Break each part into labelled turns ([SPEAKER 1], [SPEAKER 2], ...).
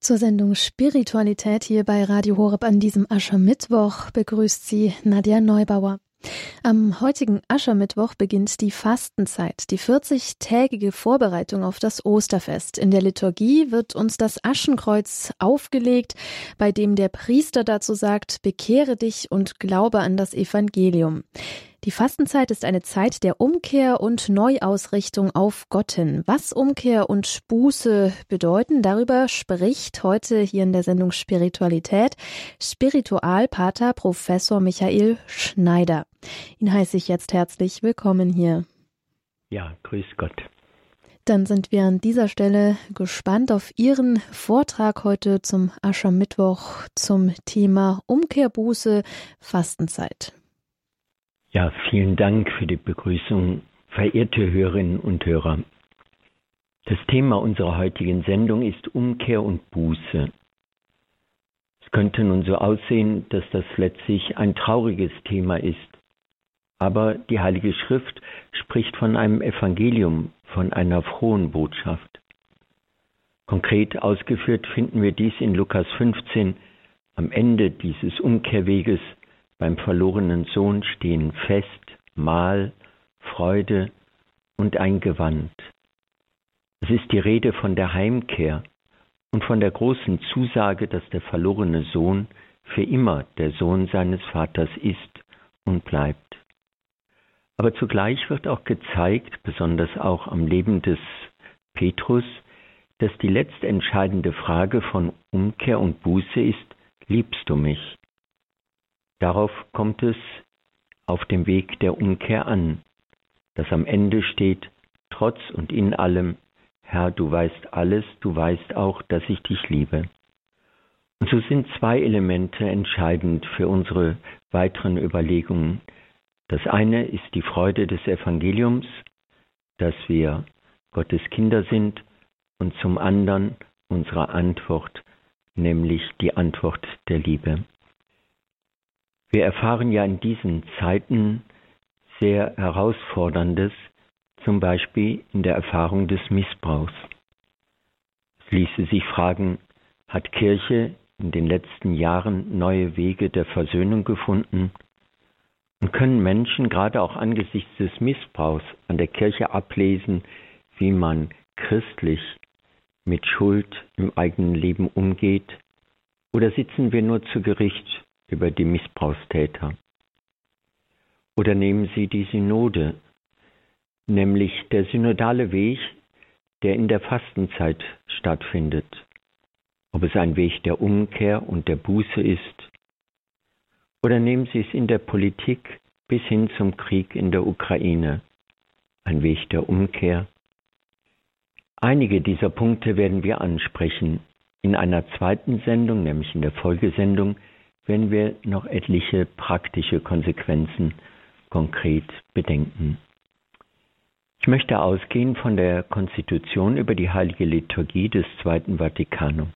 [SPEAKER 1] Zur Sendung Spiritualität hier bei Radio Horeb an diesem Aschermittwoch begrüßt Sie Nadja Neubauer. Am heutigen Aschermittwoch beginnt die Fastenzeit, die 40-tägige Vorbereitung auf das Osterfest. In der Liturgie wird uns das Aschenkreuz aufgelegt, bei dem der Priester dazu sagt: Bekehre dich und glaube an das Evangelium. Die Fastenzeit ist eine Zeit der Umkehr und Neuausrichtung auf Gott hin. Was Umkehr und Buße bedeuten, darüber spricht heute hier in der Sendung Spiritualität Spiritualpater Professor Michael Schneider. Ihn heiße ich jetzt herzlich willkommen hier.
[SPEAKER 2] Ja, grüß Gott.
[SPEAKER 1] Dann sind wir an dieser Stelle gespannt auf Ihren Vortrag heute zum Aschermittwoch zum Thema Umkehr, Buße, Fastenzeit.
[SPEAKER 2] Ja, vielen Dank für die Begrüßung, verehrte Hörerinnen und Hörer. Das Thema unserer heutigen Sendung ist Umkehr und Buße. Es könnte nun so aussehen, dass das letztlich ein trauriges Thema ist. Aber die Heilige Schrift spricht von einem Evangelium, von einer frohen Botschaft. Konkret ausgeführt finden wir dies in Lukas 15. Am Ende dieses Umkehrweges beim verlorenen Sohn stehen Fest, Mahl, Freude und ein Gewand. Es ist die Rede von der Heimkehr und von der großen Zusage, dass der verlorene Sohn für immer der Sohn seines Vaters ist und bleibt. Aber zugleich wird auch gezeigt, besonders auch am Leben des Petrus, dass die letzte entscheidende Frage von Umkehr und Buße ist: Liebst du mich? Darauf kommt es auf dem Weg der Umkehr an, dass am Ende steht: Trotz und in allem, Herr, du weißt alles, du weißt auch, dass ich dich liebe. Und so sind zwei Elemente entscheidend für unsere weiteren Überlegungen. Das eine ist die Freude des Evangeliums, dass wir Gottes Kinder sind, und zum anderen unsere Antwort, nämlich die Antwort der Liebe. Wir erfahren ja in diesen Zeiten sehr Herausforderndes, zum Beispiel in der Erfahrung des Missbrauchs. Es ließe sich fragen, hat Kirche in den letzten Jahren neue Wege der Versöhnung gefunden? Und können Menschen gerade auch angesichts des Missbrauchs an der Kirche ablesen, wie man christlich mit Schuld im eigenen Leben umgeht? Oder sitzen wir nur zu Gericht über die Missbrauchstäter? Oder nehmen Sie die Synode, nämlich der synodale Weg, der in der Fastenzeit stattfindet. Ob es ein Weg der Umkehr und der Buße ist, oder nehmen Sie es in der Politik bis hin zum Krieg in der Ukraine, ein Weg der Umkehr. Einige dieser Punkte werden wir ansprechen. In einer zweiten Sendung, nämlich in der Folgesendung, werden wir noch etliche praktische Konsequenzen konkret bedenken. Ich möchte ausgehen von der Konstitution über die Heilige Liturgie des Zweiten Vatikanum.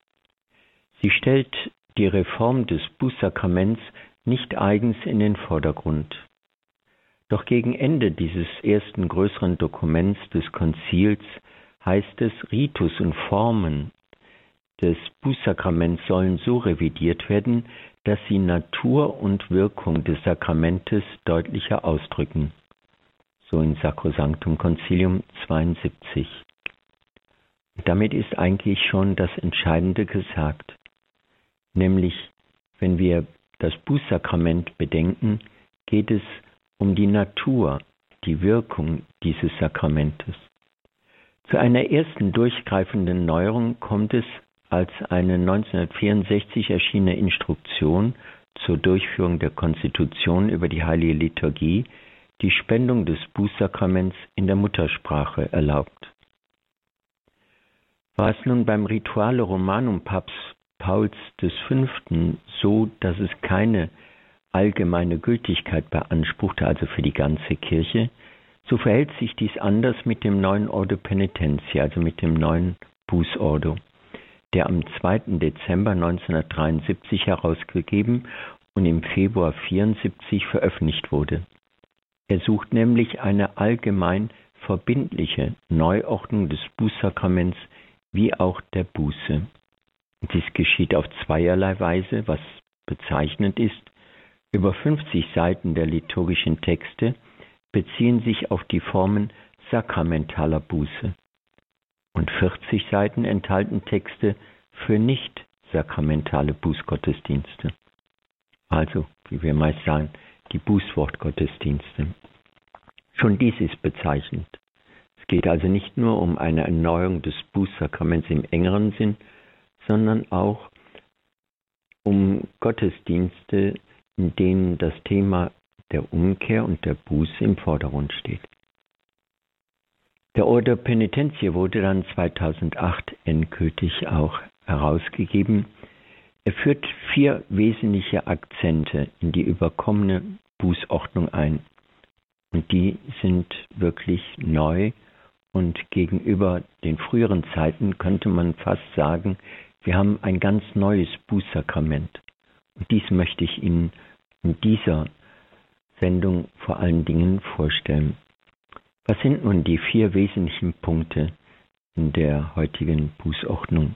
[SPEAKER 2] Sie stellt die Reform des Bußsakraments nicht eigens in den Vordergrund. Doch gegen Ende dieses ersten größeren Dokuments des Konzils heißt es, Ritus und Formen des Bußsakraments sollen so revidiert werden, dass sie Natur und Wirkung des Sakramentes deutlicher ausdrücken. So in Sacrosanctum Concilium 72. Und damit ist eigentlich schon das Entscheidende gesagt. Nämlich, wenn wir das Bußsakrament bedenken, geht es um die Natur, die Wirkung dieses Sakramentes. Zu einer ersten durchgreifenden Neuerung kommt es, als eine 1964 erschienene Instruktion zur Durchführung der Konstitution über die Heilige Liturgie die Spendung des Bußsakraments in der Muttersprache erlaubt. War es nun beim Rituale Romanum Papst Pauls V. so, dass es keine allgemeine Gültigkeit beanspruchte, also für die ganze Kirche, so verhält sich dies anders mit dem neuen Ordo Penitentia, also mit dem neuen Bußordo, der am 2. Dezember 1973 herausgegeben und im Februar 1974 veröffentlicht wurde. Er sucht nämlich eine allgemein verbindliche Neuordnung des Bußsakraments wie auch der Buße. Dies geschieht auf zweierlei Weise, was bezeichnend ist. Über 50 Seiten der liturgischen Texte beziehen sich auf die Formen sakramentaler Buße. Und 40 Seiten enthalten Texte für nicht sakramentale Bußgottesdienste. Also, wie wir meist sagen, die Bußwortgottesdienste. Schon dies ist bezeichnend. Es geht also nicht nur um eine Erneuerung des Bußsakraments im engeren Sinn, sondern auch um Gottesdienste, in denen das Thema der Umkehr und der Buße im Vordergrund steht. Der Ordo Penitentiae wurde dann 2008 endgültig auch herausgegeben. Er führt 4 wesentliche Akzente in die überkommene Bußordnung ein. Und die sind wirklich neu und gegenüber den früheren Zeiten könnte man fast sagen, wir haben ein ganz neues Bußsakrament. Und dies möchte ich Ihnen in dieser Sendung vor allen Dingen vorstellen. Was sind nun die 4 wesentlichen Punkte in der heutigen Bußordnung?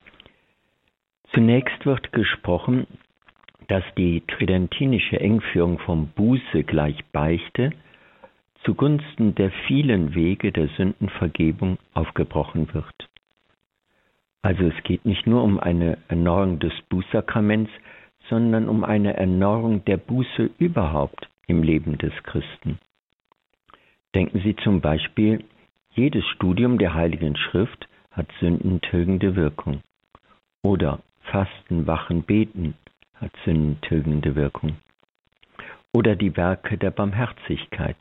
[SPEAKER 2] Zunächst wird gesprochen, dass die tridentinische Engführung von Buße gleich Beichte zugunsten der vielen Wege der Sündenvergebung aufgebrochen wird. Also es geht nicht nur um eine Erneuerung des Bußsakraments, sondern um eine Erneuerung der Buße überhaupt im Leben des Christen. Denken Sie zum Beispiel, jedes Studium der Heiligen Schrift hat sündentilgende Wirkung. Oder Fasten, Wachen, Beten hat sündentilgende Wirkung. Oder die Werke der Barmherzigkeit.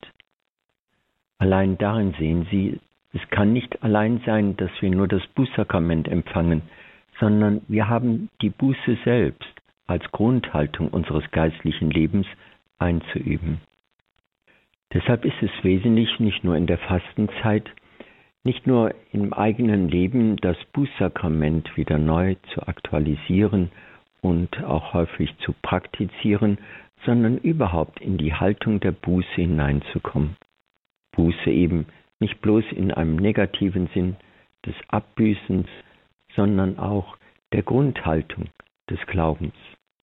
[SPEAKER 2] Allein darin sehen Sie, es kann nicht allein sein, dass wir nur das Bußsakrament empfangen, sondern wir haben die Buße selbst als Grundhaltung unseres geistlichen Lebens einzuüben. Deshalb ist es wesentlich, nicht nur in der Fastenzeit, nicht nur im eigenen Leben das Bußsakrament wieder neu zu aktualisieren und auch häufig zu praktizieren, sondern überhaupt in die Haltung der Buße hineinzukommen. Buße eben nicht bloß in einem negativen Sinn des Abbüßens, sondern auch der Grundhaltung des Glaubens.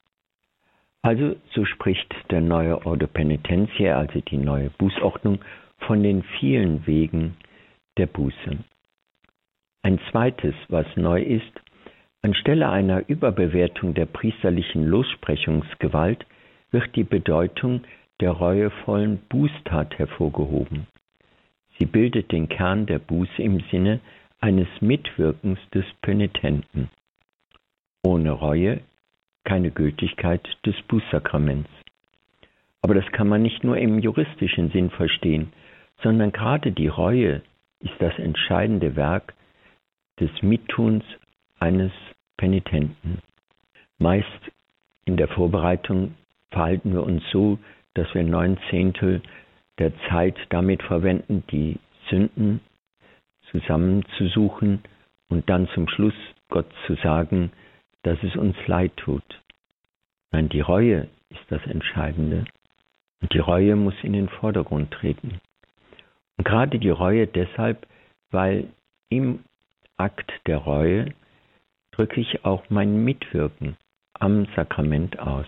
[SPEAKER 2] Also so spricht der neue Ordo Penitentiae, also die neue Bußordnung, von den vielen Wegen der Buße. Ein zweites, was neu ist, anstelle einer Überbewertung der priesterlichen Lossprechungsgewalt wird die Bedeutung der reuevollen Bußtat hervorgehoben. Sie bildet den Kern der Buße im Sinne eines Mitwirkens des Penitenten. Ohne Reue keine Gültigkeit des Bußsakraments. Aber das kann man nicht nur im juristischen Sinn verstehen, sondern gerade die Reue ist das entscheidende Werk des Mittuns eines Penitenten. Meist in der Vorbereitung verhalten wir uns so, dass wir 9/10 der Zeit damit verwenden, die Sünden zusammenzusuchen und dann zum Schluss Gott zu sagen, dass es uns leid tut. Nein, die Reue ist das Entscheidende. Und die Reue muss in den Vordergrund treten. Und gerade die Reue deshalb, weil im Akt der Reue drücke ich auch mein Mitwirken am Sakrament aus.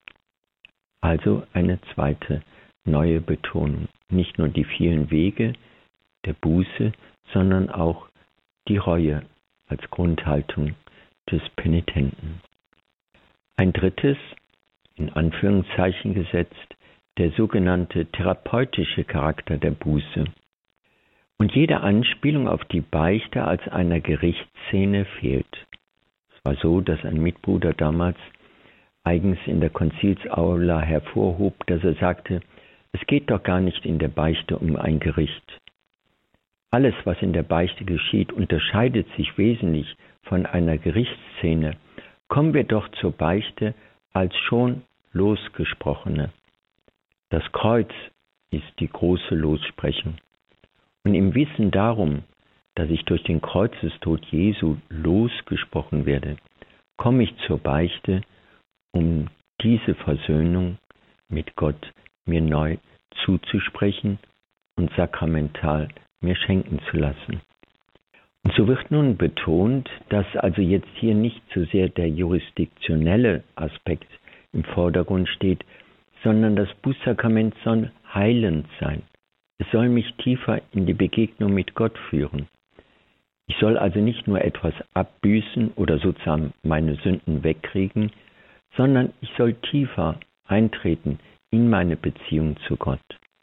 [SPEAKER 2] Also eine zweite neue Betonung. Nicht nur die vielen Wege der Buße, sondern auch die Reue als Grundhaltung des Penitenten. Ein drittes, in Anführungszeichen gesetzt, der sogenannte therapeutische Charakter der Buße. Und jede Anspielung auf die Beichte als einer Gerichtsszene fehlt. Es war so, dass ein Mitbruder damals eigens in der Konzilsaula hervorhob, dass er sagte, es geht doch gar nicht in der Beichte um ein Gericht. Alles, was in der Beichte geschieht, unterscheidet sich wesentlich von einer Gerichtsszene. Kommen wir doch zur Beichte als schon Losgesprochene. Das Kreuz ist die große Lossprechung. Und im Wissen darum, dass ich durch den Kreuzestod Jesu losgesprochen werde, komme ich zur Beichte, um diese Versöhnung mit Gott mir neu zuzusprechen und sakramental mir schenken zu lassen. Und so wird nun betont, dass also jetzt hier nicht so sehr der jurisdiktionelle Aspekt im Vordergrund steht, sondern das Bußsakrament soll heilend sein. Es soll mich tiefer in die Begegnung mit Gott führen. Ich soll also nicht nur etwas abbüßen oder sozusagen meine Sünden wegkriegen, sondern ich soll tiefer eintreten in meine Beziehung zu Gott.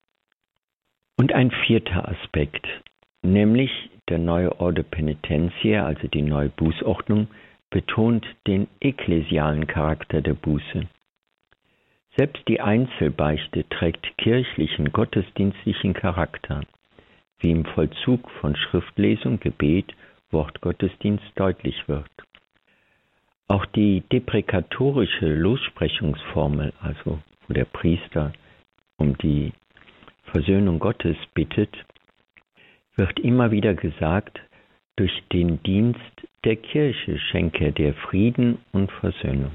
[SPEAKER 2] Und ein vierter Aspekt, nämlich der neue Ordo Penitentiae, also die neue Bußordnung, betont den ekklesialen Charakter der Buße. Selbst die Einzelbeichte trägt kirchlichen, gottesdienstlichen Charakter, wie im Vollzug von Schriftlesung, Gebet, Wortgottesdienst deutlich wird. Auch die deprekatorische Lossprechungsformel, also wo der Priester um die Versöhnung Gottes bittet, wird immer wieder gesagt, durch den Dienst der Kirche schenke der Frieden und Versöhnung.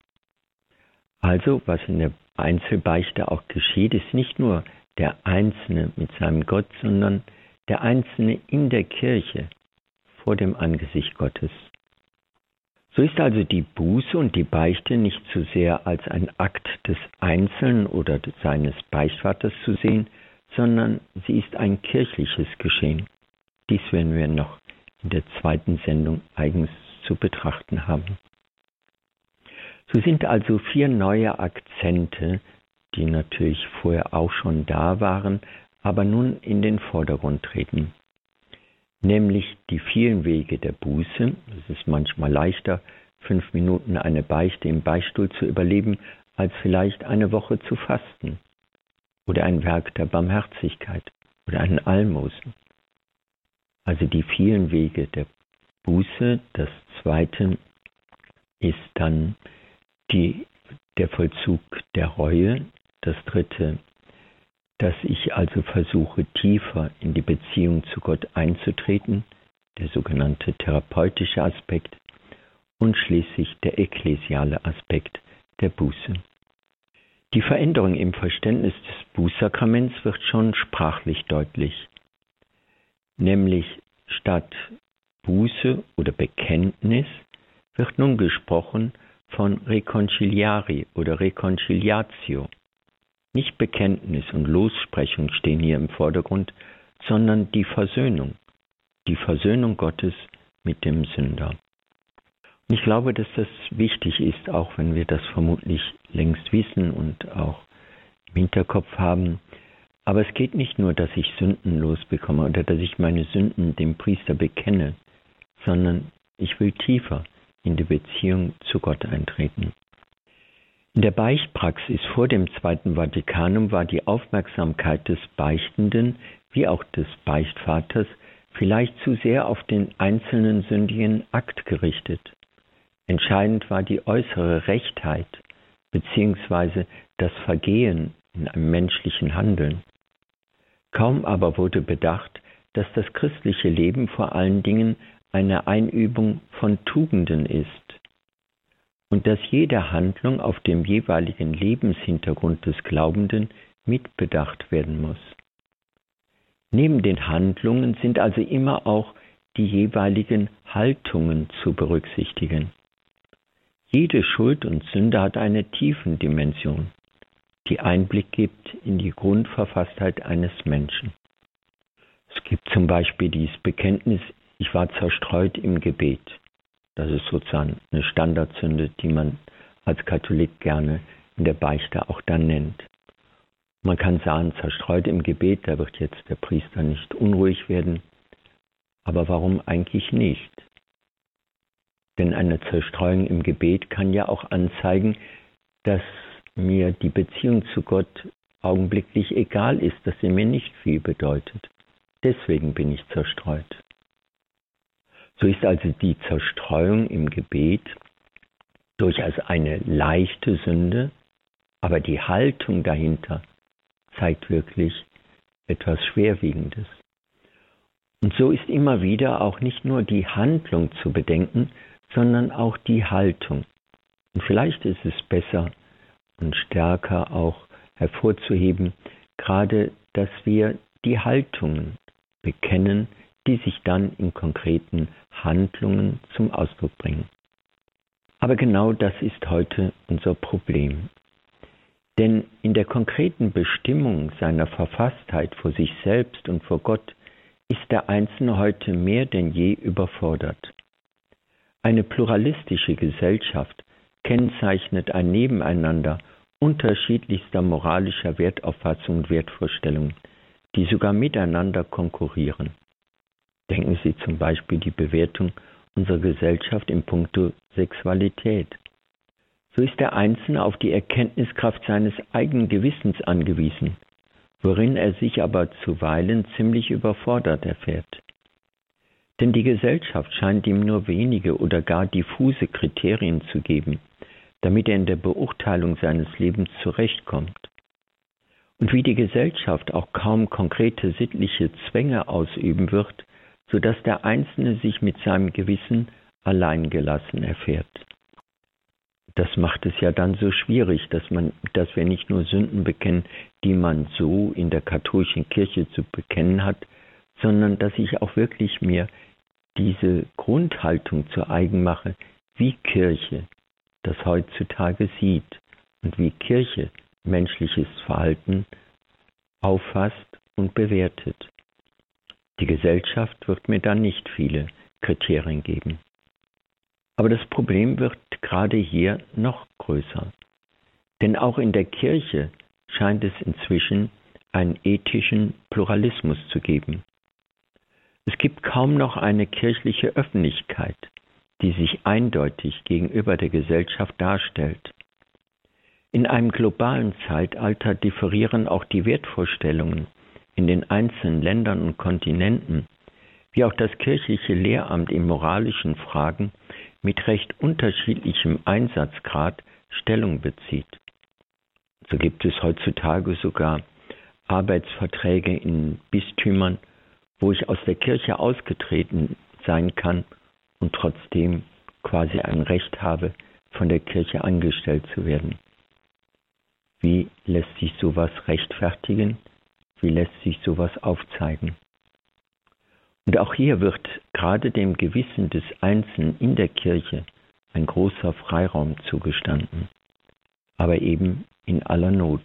[SPEAKER 2] Also, was in der Einzelbeichte auch geschieht, ist nicht nur der Einzelne mit seinem Gott, sondern der Einzelne in der Kirche vor dem Angesicht Gottes. So ist also die Buße und die Beichte nicht so sehr als ein Akt des Einzelnen oder seines Beichtvaters zu sehen, sondern sie ist ein kirchliches Geschehen. Dies werden wir noch in der zweiten Sendung eigens zu betrachten haben. So sind also 4 neue Akzente, die natürlich vorher auch schon da waren, aber nun in den Vordergrund treten. Nämlich die vielen Wege der Buße. Es ist manchmal leichter, 5 Minuten eine Beichte im Beichtstuhl zu überleben, als vielleicht eine Woche zu fasten. Oder ein Werk der Barmherzigkeit oder einen Almosen. Also die vielen Wege der Buße. Das zweite ist dann der Vollzug der Reue. Das dritte, dass ich also versuche, tiefer in die Beziehung zu Gott einzutreten, der sogenannte therapeutische Aspekt. Und schließlich der ekklesiale Aspekt der Buße. Die Veränderung im Verständnis des Bußsakraments wird schon sprachlich deutlich. Nämlich statt Buße oder Bekenntnis wird nun gesprochen von Reconciliari oder Reconciliatio. Nicht Bekenntnis und Lossprechung stehen hier im Vordergrund, sondern die Versöhnung Gottes mit dem Sünder. Und ich glaube, dass das wichtig ist, auch wenn wir das vermutlich längst wissen und auch im Hinterkopf haben. Aber es geht nicht nur, dass ich sündenlos bekomme oder dass ich meine Sünden dem Priester bekenne, sondern ich will tiefer in die Beziehung zu Gott eintreten. In der Beichtpraxis vor dem Zweiten Vatikanum war die Aufmerksamkeit des Beichtenden wie auch des Beichtvaters vielleicht zu sehr auf den einzelnen sündigen Akt gerichtet. Entscheidend war die äußere Rechtheit bzw. das Vergehen in einem menschlichen Handeln. Kaum aber wurde bedacht, dass das christliche Leben vor allen Dingen eine Einübung von Tugenden ist und dass jede Handlung auf dem jeweiligen Lebenshintergrund des Glaubenden mitbedacht werden muss. Neben den Handlungen sind also immer auch die jeweiligen Haltungen zu berücksichtigen. Jede Schuld und Sünde hat eine Tiefendimension, die Einblick gibt in die Grundverfasstheit eines Menschen. Es gibt zum Beispiel dieses Bekenntnis, ich war zerstreut im Gebet. Das ist sozusagen eine Standardsünde, die man als Katholik gerne in der Beichte auch dann nennt. Man kann sagen, zerstreut im Gebet, da wird jetzt der Priester nicht unruhig werden. Aber warum eigentlich nicht? Denn eine Zerstreuung im Gebet kann ja auch anzeigen, dass mir die Beziehung zu Gott augenblicklich egal ist, dass sie mir nicht viel bedeutet. Deswegen bin ich zerstreut. So ist also die Zerstreuung im Gebet durchaus eine leichte Sünde, aber die Haltung dahinter zeigt wirklich etwas Schwerwiegendes. Und so ist immer wieder auch nicht nur die Handlung zu bedenken, sondern auch die Haltung. Und vielleicht ist es besser und stärker auch hervorzuheben, gerade, dass wir die Haltungen bekennen, die sich dann in konkreten Handlungen zum Ausdruck bringen. Aber genau das ist heute unser Problem. Denn in der konkreten Bestimmung seiner Verfasstheit vor sich selbst und vor Gott ist der Einzelne heute mehr denn je überfordert. Eine pluralistische Gesellschaft kennzeichnet ein Nebeneinander unterschiedlichster moralischer Wertauffassungen und Wertvorstellungen, die sogar miteinander konkurrieren. Denken Sie zum Beispiel die Bewertung unserer Gesellschaft in puncto Sexualität. So ist der Einzelne auf die Erkenntniskraft seines eigenen Gewissens angewiesen, worin er sich aber zuweilen ziemlich überfordert erfährt. Denn die Gesellschaft scheint ihm nur wenige oder gar diffuse Kriterien zu geben, damit er in der Beurteilung seines Lebens zurechtkommt. Und wie die Gesellschaft auch kaum konkrete sittliche Zwänge ausüben wird, sodass der Einzelne sich mit seinem Gewissen alleingelassen erfährt. Das macht es ja dann so schwierig, dass wir nicht nur Sünden bekennen, die man so in der katholischen Kirche zu bekennen hat, sondern dass ich auch wirklich mir diese Grundhaltung zu eigen mache, wie Kirche das heutzutage sieht und wie Kirche menschliches Verhalten auffasst und bewertet. Die Gesellschaft wird mir dann nicht viele Kriterien geben. Aber das Problem wird gerade hier noch größer. Denn auch in der Kirche scheint es inzwischen einen ethischen Pluralismus zu geben. Es gibt kaum noch eine kirchliche Öffentlichkeit, die sich eindeutig gegenüber der Gesellschaft darstellt. In einem globalen Zeitalter differieren auch die Wertvorstellungen in den einzelnen Ländern und Kontinenten, wie auch das kirchliche Lehramt in moralischen Fragen mit recht unterschiedlichem Einsatzgrad Stellung bezieht. So gibt es heutzutage sogar Arbeitsverträge in Bistümern, wo ich aus der Kirche ausgetreten sein kann und trotzdem quasi ein Recht habe, von der Kirche angestellt zu werden. Wie lässt sich sowas rechtfertigen? Wie lässt sich sowas aufzeigen? Und auch hier wird gerade dem Gewissen des Einzelnen in der Kirche ein großer Freiraum zugestanden, aber eben in aller Not.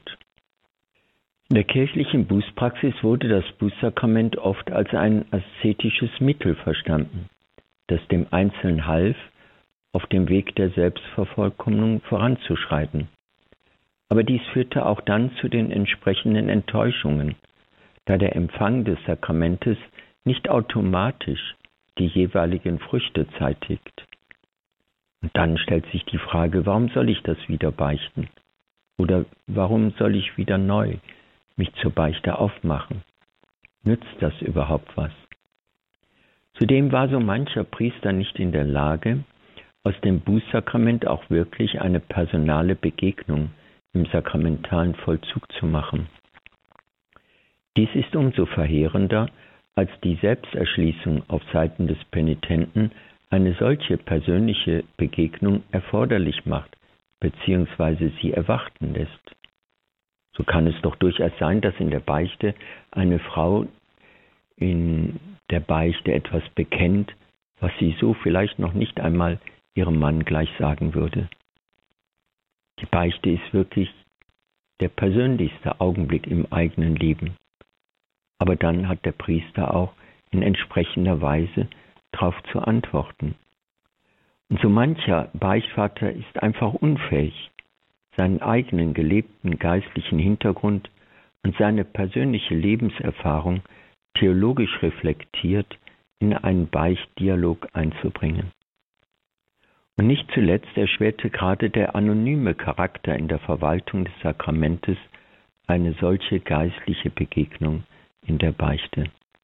[SPEAKER 2] In der kirchlichen Bußpraxis wurde das Bußsakrament oft als ein aszetisches Mittel verstanden, das dem Einzelnen half, auf dem Weg der Selbstvervollkommnung voranzuschreiten. Aber dies führte auch dann zu den entsprechenden Enttäuschungen, da der Empfang des Sakramentes nicht automatisch die jeweiligen Früchte zeitigt. Und dann stellt sich die Frage, warum soll ich das wieder beichten? Oder warum soll ich wieder neu mich zur Beichte aufmachen? Nützt das überhaupt was? Zudem war so mancher Priester nicht in der Lage, aus dem Bußsakrament auch wirklich eine personale Begegnung im sakramentalen Vollzug zu machen. Dies ist umso verheerender, als die Selbsterschließung auf Seiten des Penitenten eine solche persönliche Begegnung erforderlich macht, beziehungsweise sie erwarten lässt. So kann es doch durchaus sein, dass in der Beichte eine Frau in der Beichte etwas bekennt, was sie so vielleicht noch nicht einmal ihrem Mann gleich sagen würde. Die Beichte ist wirklich der persönlichste Augenblick im eigenen Leben. Aber dann hat der Priester auch in entsprechender Weise darauf zu antworten. Und so mancher Beichtvater ist einfach unfähig, seinen eigenen gelebten geistlichen Hintergrund und seine persönliche Lebenserfahrung theologisch reflektiert in einen Beichtdialog einzubringen. Und nicht zuletzt erschwerte gerade der anonyme Charakter in der Verwaltung des Sakramentes eine solche geistliche Begegnung in der Beichte.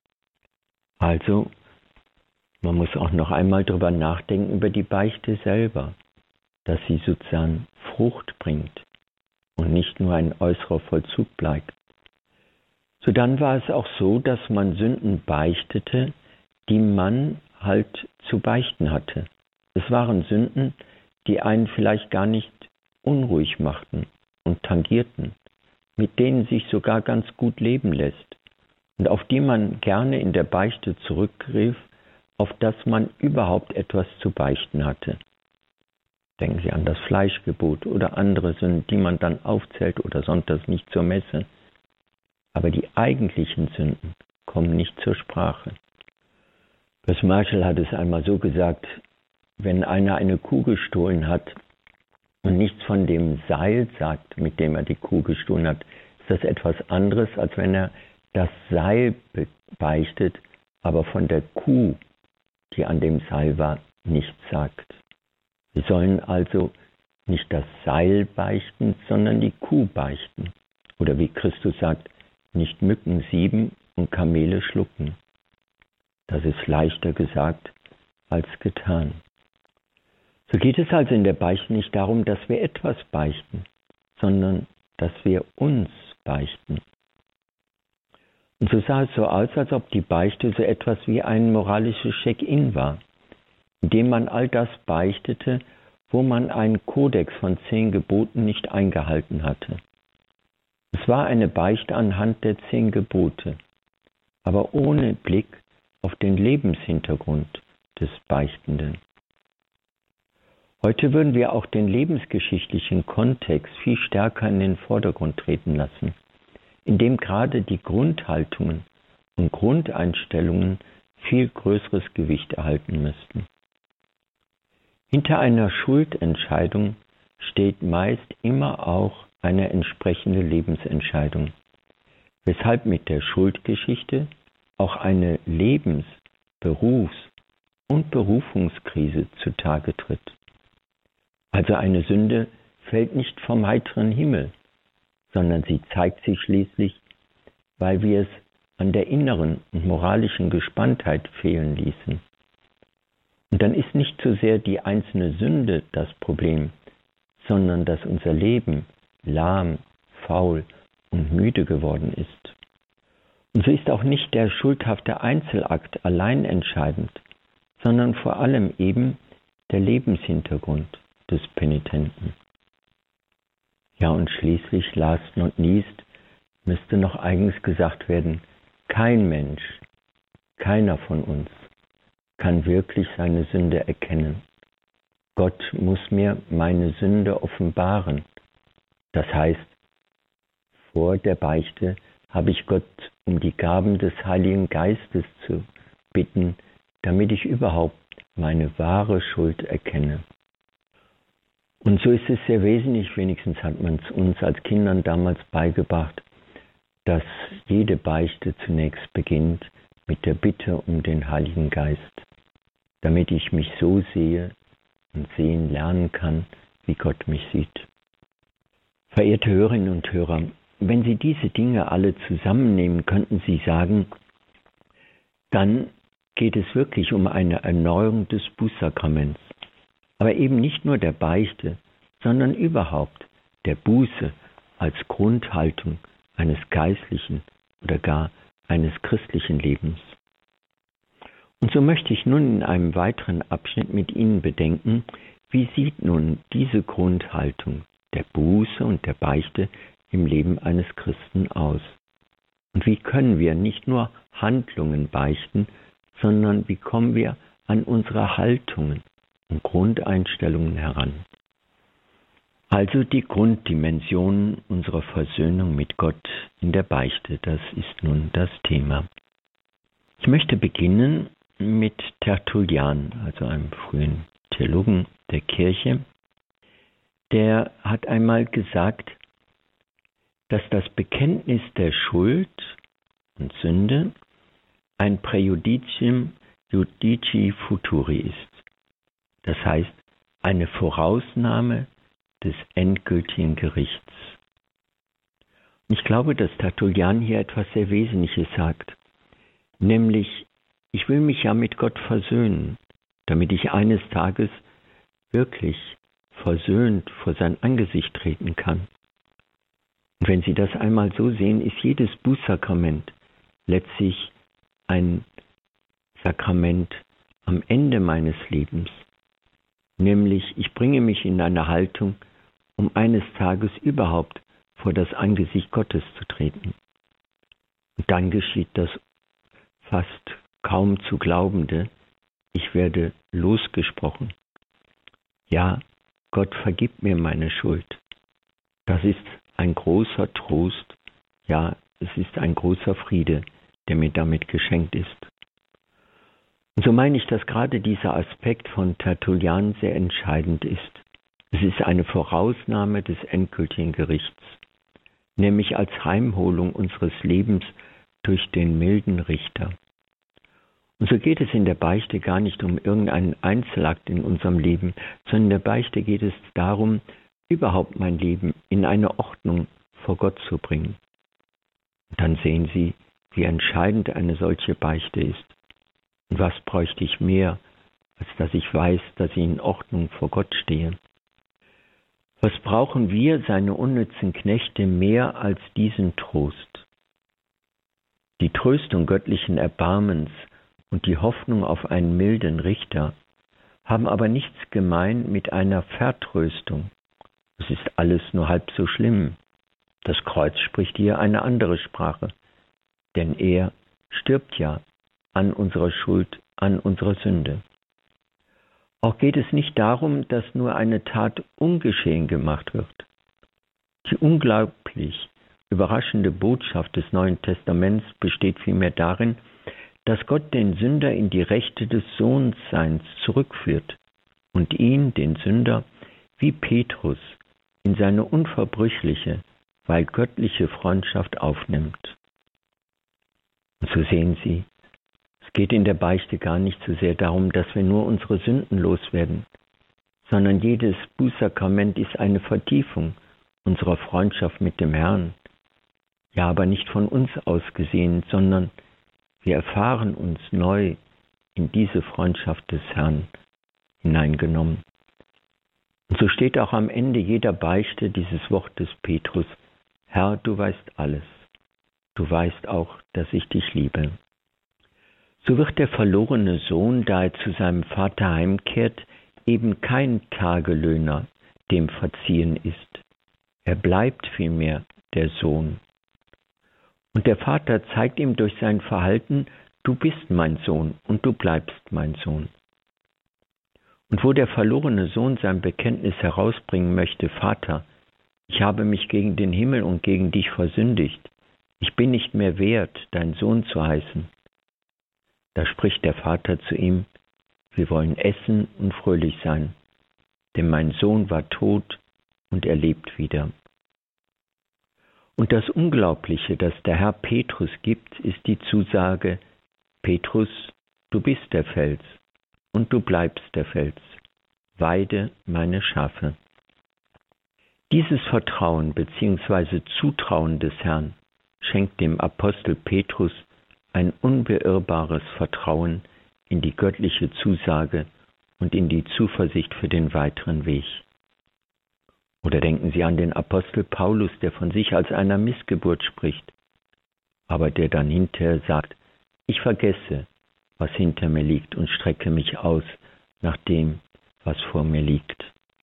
[SPEAKER 2] Also, man muss auch noch einmal darüber nachdenken, über die Beichte selber, dass sie sozusagen Frucht bringt und nicht nur ein äußerer Vollzug bleibt. So dann war es auch so, dass man Sünden beichtete, die man halt zu beichten hatte. Es waren Sünden, die einen vielleicht gar nicht unruhig machten und tangierten, mit denen sich sogar ganz gut leben lässt und auf die man gerne in der Beichte zurückgriff, auf das man überhaupt etwas zu beichten hatte. Denken Sie an das Fleischgebot oder andere Sünden, die man dann aufzählt oder sonntags nicht zur Messe. Aber die eigentlichen Sünden kommen nicht zur Sprache. Chris Marshall hat es einmal so gesagt, wenn einer eine Kuh gestohlen hat und nichts von dem Seil sagt, mit dem er die Kuh gestohlen hat, ist das etwas anderes, als wenn er das Seil beichtet, aber von der Kuh, die an dem Seil war, nichts sagt. Wir sollen also nicht das Seil beichten, sondern die Kuh beichten. Oder wie Christus sagt, nicht Mücken sieben und Kamele schlucken. Das ist leichter gesagt als getan. So geht es also in der Beichte nicht darum, dass wir etwas beichten, sondern dass wir uns beichten. Und so sah es so aus, als ob die Beichte so etwas wie ein moralisches Check-in war, indem man all das beichtete, wo man einen Kodex von 10 Geboten nicht eingehalten hatte. Es war eine Beichte anhand der 10 Gebote, aber ohne Blick auf den Lebenshintergrund des Beichtenden. Heute würden wir auch den lebensgeschichtlichen Kontext viel stärker in den Vordergrund treten lassen, indem gerade die Grundhaltungen und Grundeinstellungen viel größeres Gewicht erhalten müssten. Hinter einer Schuldentscheidung steht meist immer auch eine entsprechende Lebensentscheidung, weshalb mit der Schuldgeschichte auch eine Lebens-, Berufs- und Berufungskrise zutage tritt. Also eine Sünde fällt nicht vom heiteren Himmel, sondern sie zeigt sich schließlich, weil wir es an der inneren und moralischen Gespanntheit fehlen ließen. Und dann ist nicht so sehr die einzelne Sünde das Problem, sondern dass unser Leben lahm, faul und müde geworden ist. Und so ist auch nicht der schuldhafte Einzelakt allein entscheidend, sondern vor allem eben der Lebenshintergrund des Penitenten. Ja, und schließlich, last not least, müsste noch eigens gesagt werden, kein Mensch, keiner von uns kann wirklich seine Sünde erkennen. Gott muss mir meine Sünde offenbaren. Das heißt, vor der Beichte habe ich Gott um die Gaben des Heiligen Geistes zu bitten, damit ich überhaupt meine wahre Schuld erkenne. Und so ist es sehr wesentlich, wenigstens hat man es uns als Kindern damals beigebracht, dass jede Beichte zunächst beginnt mit der Bitte um den Heiligen Geist, damit ich mich so sehe und sehen lernen kann, wie Gott mich sieht. Verehrte Hörerinnen und Hörer, wenn Sie diese Dinge alle zusammennehmen, könnten Sie sagen, dann geht es wirklich um eine Erneuerung des Bußsakraments. Aber eben nicht nur der Beichte, sondern überhaupt der Buße als Grundhaltung eines geistlichen oder gar eines christlichen Lebens. Und so möchte ich nun in einem weiteren Abschnitt mit Ihnen bedenken, wie sieht nun diese Grundhaltung der Buße und der Beichte im Leben eines Christen aus? Und wie können wir nicht nur Handlungen beichten, sondern wie kommen wir an unsere Haltungen und Grundeinstellungen heran? Also die Grunddimensionen unserer Versöhnung mit Gott in der Beichte, das ist nun das Thema. Ich möchte beginnen mit Tertullian, also einem frühen Theologen der Kirche. Der hat einmal gesagt, dass das Bekenntnis der Schuld und Sünde ein Präjudicium judici futuri ist. Das heißt, eine Vorausnahme des endgültigen Gerichts. Und ich glaube, dass Tertullian hier etwas sehr Wesentliches sagt, nämlich, ich will mich ja mit Gott versöhnen, damit ich eines Tages wirklich versöhnt vor sein Angesicht treten kann. Und wenn Sie das einmal so sehen, ist jedes Bußsakrament letztlich ein Sakrament am Ende meines Lebens. Nämlich, ich bringe mich in eine Haltung, um eines Tages überhaupt vor das Angesicht Gottes zu treten. Und dann geschieht das fast kaum zu Glaubende: Ich werde losgesprochen. Ja, Gott vergibt mir meine Schuld. Das ist ein großer Trost, ja, es ist ein großer Friede, der mir damit geschenkt ist. Und so meine ich, dass gerade dieser Aspekt von Tertullian sehr entscheidend ist. Es ist eine Vorausnahme des endgültigen Gerichts, nämlich als Heimholung unseres Lebens durch den milden Richter. Und so geht es in der Beichte gar nicht um irgendeinen Einzelakt in unserem Leben, sondern in der Beichte geht es darum, überhaupt mein Leben in eine Ordnung vor Gott zu bringen. Und dann sehen Sie, wie entscheidend eine solche Beichte ist. Und was bräuchte ich mehr, als dass ich weiß, dass ich in Ordnung vor Gott stehe? Was brauchen wir, seine unnützen Knechte, mehr als diesen Trost? Die Tröstung göttlichen Erbarmens und die Hoffnung auf einen milden Richter haben aber nichts gemein mit einer Vertröstung. Es ist alles nur halb so schlimm. Das Kreuz spricht hier eine andere Sprache, denn er stirbt ja an unserer Schuld, an unserer Sünde. Auch geht es nicht darum, dass nur eine Tat ungeschehen gemacht wird. Die unglaublich überraschende Botschaft des Neuen Testaments besteht vielmehr darin, dass Gott den Sünder in die Rechte des Sohnseins zurückführt und ihn, den Sünder, wie Petrus, in seine unverbrüchliche, weil göttliche Freundschaft aufnimmt. Und so sehen Sie, es geht in der Beichte gar nicht so sehr darum, dass wir nur unsere Sünden loswerden, sondern jedes Bußsakrament ist eine Vertiefung unserer Freundschaft mit dem Herrn. Ja, aber nicht von uns aus gesehen, sondern wir erfahren uns neu in diese Freundschaft des Herrn hineingenommen. Und so steht auch am Ende jeder Beichte dieses Wort des Petrus: Herr, du weißt alles. Du weißt auch, dass ich dich liebe. So wird der verlorene Sohn, da er zu seinem Vater heimkehrt, eben kein Tagelöhner, dem verziehen ist. Er bleibt vielmehr der Sohn. Und der Vater zeigt ihm durch sein Verhalten: Du bist mein Sohn und du bleibst mein Sohn. Und wo der verlorene Sohn sein Bekenntnis herausbringen möchte: Vater, ich habe mich gegen den Himmel und gegen dich versündigt. Ich bin nicht mehr wert, dein Sohn zu heißen. Da spricht der Vater zu ihm: Wir wollen essen und fröhlich sein, denn mein Sohn war tot und er lebt wieder. Und das Unglaubliche, das der Herr Petrus gibt, ist die Zusage: Petrus, du bist der Fels und du bleibst der Fels. Weide meine Schafe. Dieses Vertrauen bzw. Zutrauen des Herrn schenkt dem Apostel Petrus ein unbeirrbares Vertrauen in die göttliche Zusage und in die Zuversicht für den weiteren Weg. Oder denken Sie an den Apostel Paulus, der von sich als einer Missgeburt spricht, aber der dann hinterher sagt: Ich vergesse, was hinter mir liegt und strecke mich aus nach dem, was vor mir liegt.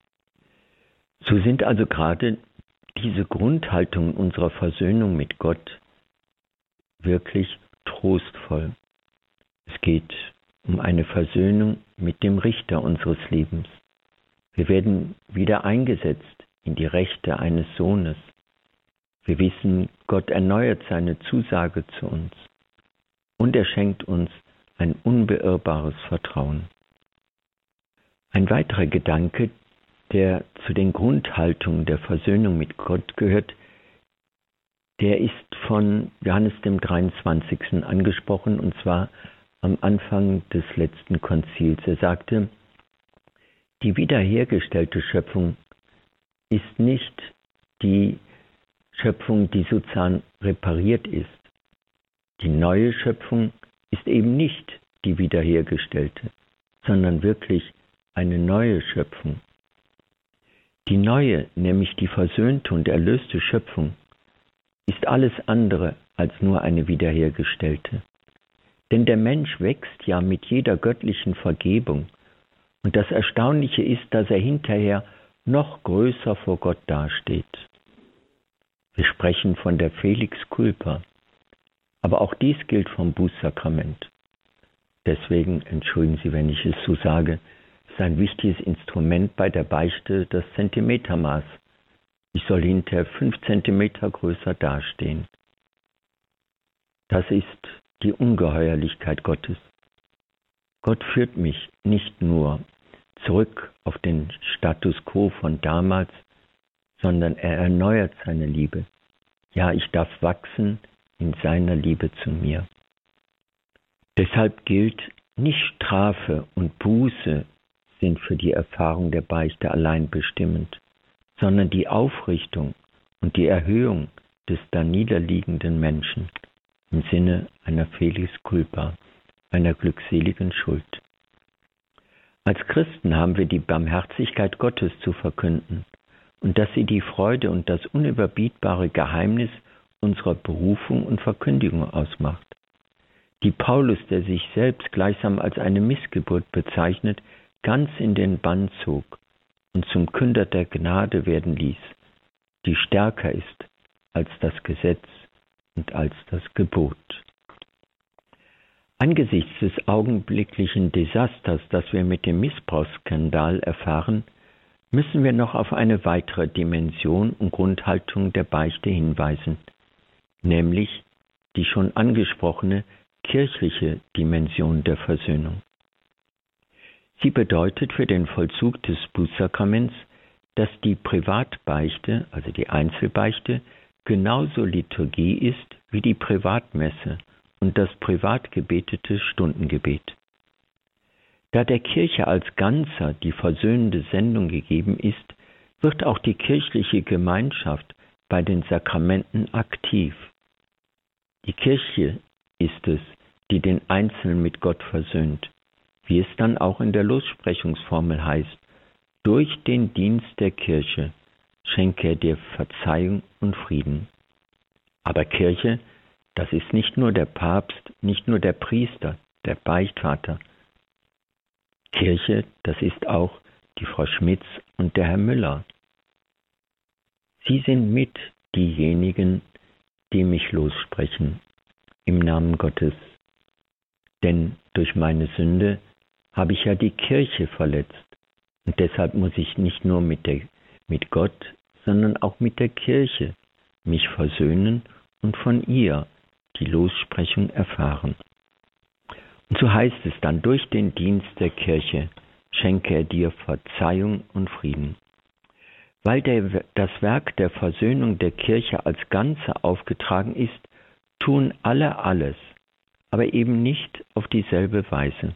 [SPEAKER 2] So sind also gerade diese Grundhaltungen unserer Versöhnung mit Gott wirklich trostvoll. Es geht um eine Versöhnung mit dem Richter unseres Lebens. Wir werden wieder eingesetzt in die Rechte eines Sohnes. Wir wissen, Gott erneuert seine Zusage zu uns und er schenkt uns ein unbeirrbares Vertrauen. Ein weiterer Gedanke, der zu den Grundhaltungen der Versöhnung mit Gott gehört, der ist von Johannes dem 23. angesprochen, und zwar am Anfang des letzten Konzils. Er sagte: Die wiederhergestellte Schöpfung ist nicht die Schöpfung, die sozusagen repariert ist. Die neue Schöpfung ist eben nicht die wiederhergestellte, sondern wirklich eine neue Schöpfung. Die neue, nämlich die versöhnte und erlöste Schöpfung, ist alles andere als nur eine wiederhergestellte. Denn der Mensch wächst ja mit jeder göttlichen Vergebung. Und das Erstaunliche ist, dass er hinterher noch größer vor Gott dasteht. Wir sprechen von der Felix Culpa. Aber auch dies gilt vom Bußsakrament. Deswegen, entschuldigen Sie, wenn ich es so sage, ist ein wichtiges Instrument bei der Beichte das Zentimetermaß. Ich soll hinterher 5 Zentimeter größer dastehen. Das ist die Ungeheuerlichkeit Gottes. Gott führt mich nicht nur zurück auf den Status quo von damals, sondern er erneuert seine Liebe. Ja, ich darf wachsen in seiner Liebe zu mir. Deshalb gilt, nicht Strafe und Buße sind für die Erfahrung der Beichte allein bestimmend, sondern die Aufrichtung und die Erhöhung des da niederliegenden Menschen im Sinne einer Felix culpa, einer glückseligen Schuld. Als Christen haben wir die Barmherzigkeit Gottes zu verkünden und dass sie die Freude und das unüberbietbare Geheimnis unserer Berufung und Verkündigung ausmacht. Die Paulus, der sich selbst gleichsam als eine Missgeburt bezeichnet, ganz in den Bann zog und zum Künder der Gnade werden ließ, die stärker ist als das Gesetz und als das Gebot. Angesichts des augenblicklichen Desasters, das wir mit dem Missbrauchsskandal erfahren, müssen wir noch auf eine weitere Dimension und Grundhaltung der Beichte hinweisen, nämlich die schon angesprochene kirchliche Dimension der Versöhnung. Sie bedeutet für den Vollzug des Bußsakraments, dass die Privatbeichte, also die Einzelbeichte, genauso Liturgie ist wie die Privatmesse und das privat gebetete Stundengebet. Da der Kirche als Ganzer die versöhnende Sendung gegeben ist, wird auch die kirchliche Gemeinschaft bei den Sakramenten aktiv. Die Kirche ist es, die den Einzelnen mit Gott versöhnt, wie es dann auch in der Lossprechungsformel heißt: Durch den Dienst der Kirche schenke er dir Verzeihung und Frieden. Aber Kirche, das ist nicht nur der Papst, nicht nur der Priester, der Beichtvater. Kirche, das ist auch die Frau Schmitz und der Herr Müller. Sie sind mit diejenigen, die mich lossprechen, im Namen Gottes. Denn durch meine Sünde habe ich ja die Kirche verletzt. Und deshalb muss ich nicht nur mit Gott, sondern auch mit der Kirche mich versöhnen und von ihr die Lossprechung erfahren. Und so heißt es dann: Durch den Dienst der Kirche schenke er dir Verzeihung und Frieden. Weil das Werk der Versöhnung der Kirche als Ganze aufgetragen ist, tun alle alles, aber eben nicht auf dieselbe Weise.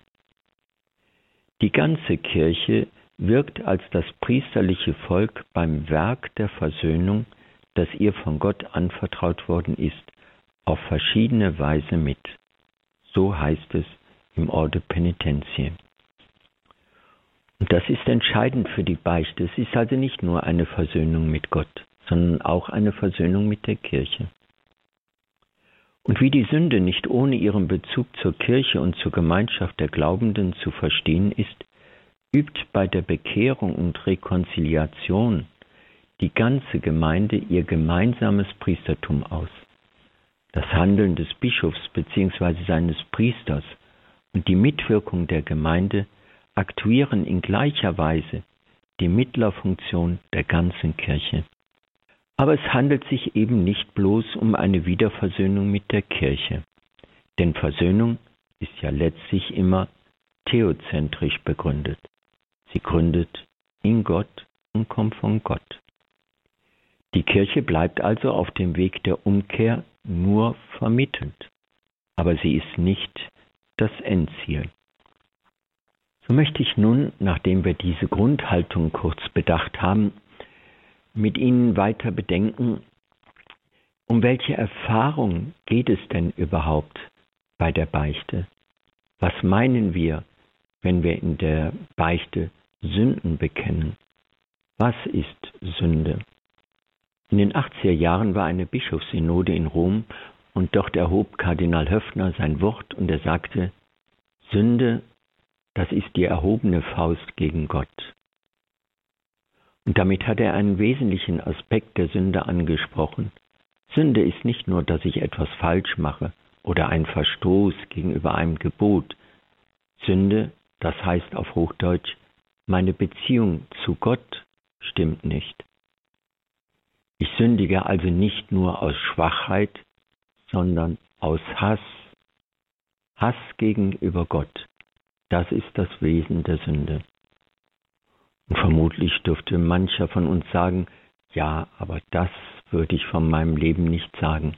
[SPEAKER 2] Die ganze Kirche wirkt als das priesterliche Volk beim Werk der Versöhnung, das ihr von Gott anvertraut worden ist, auf verschiedene Weise mit. So heißt es im Ordo Penitentiae. Und das ist entscheidend für die Beichte. Es ist also nicht nur eine Versöhnung mit Gott, sondern auch eine Versöhnung mit der Kirche. Und wie die Sünde nicht ohne ihren Bezug zur Kirche und zur Gemeinschaft der Glaubenden zu verstehen ist, übt bei der Bekehrung und Rekonziliation die ganze Gemeinde ihr gemeinsames Priestertum aus. Das Handeln des Bischofs bzw. seines Priesters und die Mitwirkung der Gemeinde aktivieren in gleicher Weise die Mittlerfunktion der ganzen Kirche. Aber es handelt sich eben nicht bloß um eine Wiederversöhnung mit der Kirche, denn Versöhnung ist ja letztlich immer theozentrisch begründet. Sie gründet in Gott und kommt von Gott. Die Kirche bleibt also auf dem Weg der Umkehr nur vermittelt, aber sie ist nicht das Endziel. So möchte ich nun, nachdem wir diese Grundhaltung kurz bedacht haben, mit Ihnen weiter bedenken, um welche Erfahrung geht es denn überhaupt bei der Beichte? Was meinen wir, wenn wir in der Beichte Sünden bekennen? Was ist Sünde? In den 80er Jahren war eine Bischofssynode in Rom und dort erhob Kardinal Höffner sein Wort und er sagte: Sünde, das ist die erhobene Faust gegen Gott. Und damit hat er einen wesentlichen Aspekt der Sünde angesprochen. Sünde ist nicht nur, dass ich etwas falsch mache oder ein Verstoß gegenüber einem Gebot. Sünde, das heißt auf Hochdeutsch, meine Beziehung zu Gott stimmt nicht. Ich sündige also nicht nur aus Schwachheit, sondern aus Hass. Hass gegenüber Gott, das ist das Wesen der Sünde. Und vermutlich dürfte mancher von uns sagen, ja, aber das würde ich von meinem Leben nicht sagen.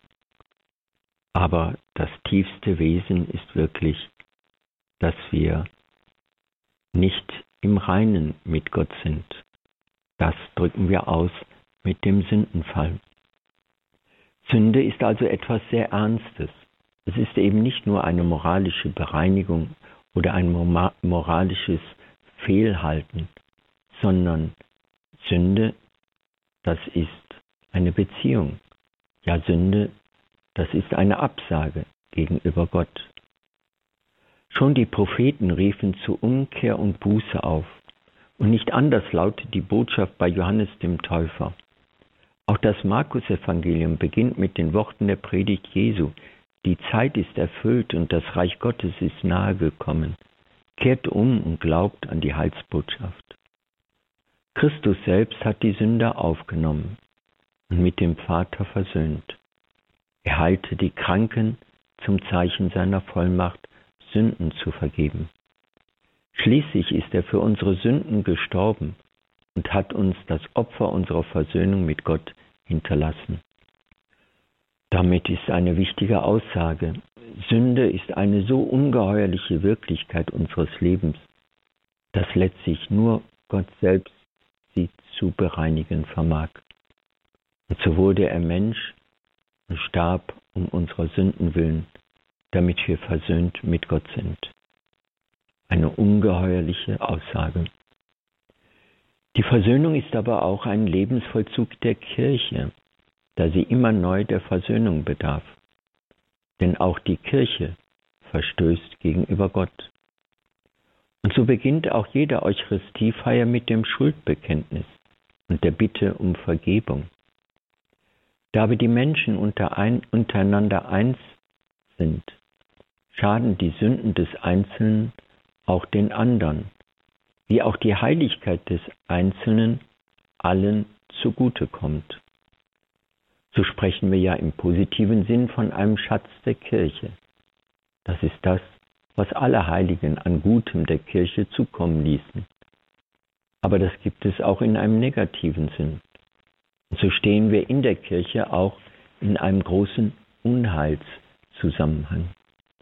[SPEAKER 2] Aber das tiefste Wesen ist wirklich, dass wir nicht im Reinen mit Gott sind. Das drücken wir aus mit dem Sündenfall. Sünde ist also etwas sehr Ernstes. Es ist eben nicht nur eine moralische Bereinigung oder ein moralisches Fehlhalten, sondern Sünde, das ist eine Beziehung. Ja, Sünde, das ist eine Absage gegenüber Gott. Schon die Propheten riefen zu Umkehr und Buße auf. Und nicht anders lautet die Botschaft bei Johannes dem Täufer. Auch das Markus-Evangelium beginnt mit den Worten der Predigt Jesu. Die Zeit ist erfüllt und das Reich Gottes ist nahe gekommen. Kehrt um und glaubt an die Heilsbotschaft. Christus selbst hat die Sünder aufgenommen und mit dem Vater versöhnt. Er heilte die Kranken zum Zeichen seiner Vollmacht, Sünden zu vergeben. Schließlich ist er für unsere Sünden gestorben und hat uns das Opfer unserer Versöhnung mit Gott hinterlassen. Damit ist eine wichtige Aussage. Sünde ist eine so ungeheuerliche Wirklichkeit unseres Lebens, dass letztlich nur Gott selbst sie zu bereinigen vermag. Und so wurde er Mensch und starb um unserer Sünden willen, damit wir versöhnt mit Gott sind. Eine ungeheuerliche Aussage. Die Versöhnung ist aber auch ein Lebensvollzug der Kirche, da sie immer neu der Versöhnung bedarf. Denn auch die Kirche verstößt gegenüber Gott. Und so beginnt auch jede Eucharistiefeier mit dem Schuldbekenntnis und der Bitte um Vergebung. Da aber die Menschen untereinander eins sind, schaden die Sünden des Einzelnen auch den anderen, wie auch die Heiligkeit des Einzelnen allen zugutekommt. So sprechen wir ja im positiven Sinn von einem Schatz der Kirche. Das ist das, was alle Heiligen an Gutem der Kirche zukommen ließen. Aber das gibt es auch in einem negativen Sinn. Und so stehen wir in der Kirche auch in einem großen Unheilszusammenhang.